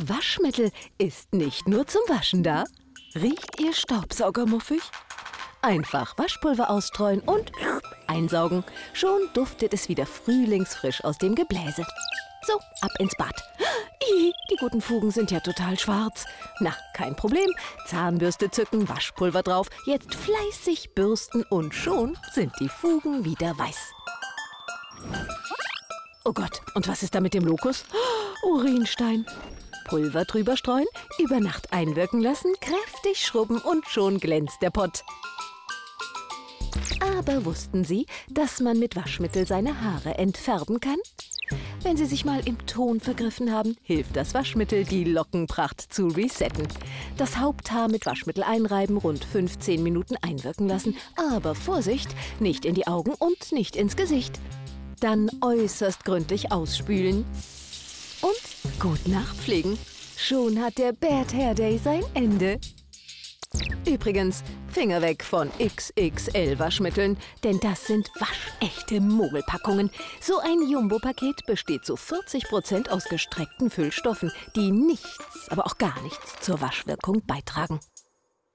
Waschmittel ist nicht nur zum Waschen da. Riecht Ihr Staubsauger muffig? Einfach Waschpulver ausstreuen und einsaugen. Schon duftet es wieder frühlingsfrisch aus dem Gebläse. So, ab ins Bad. Ih, die guten Fugen sind ja total schwarz. Na, kein Problem. Zahnbürste zücken, Waschpulver drauf, jetzt fleißig bürsten und schon sind die Fugen wieder weiß. Oh Gott, und was ist da mit dem Lokus? Urinstein. Pulver drüber streuen, über Nacht einwirken lassen, kräftig schrubben und schon glänzt der Pott. Aber wussten Sie, dass man mit Waschmittel seine Haare entfärben kann? Wenn Sie sich mal im Ton vergriffen haben, hilft das Waschmittel, die Lockenpracht zu resetten. Das Haupthaar mit Waschmittel einreiben, rund 15 Minuten einwirken lassen. Aber Vorsicht, nicht in die Augen und nicht ins Gesicht. Dann äußerst gründlich ausspülen. Und gut nachpflegen. Schon hat der Bad Hair Day sein Ende. Übrigens, Finger weg von XXL-Waschmitteln, denn das sind waschechte Mogelpackungen. So ein Jumbo-Paket besteht zu 40% aus gestreckten Füllstoffen, die nichts, aber auch gar nichts zur Waschwirkung beitragen.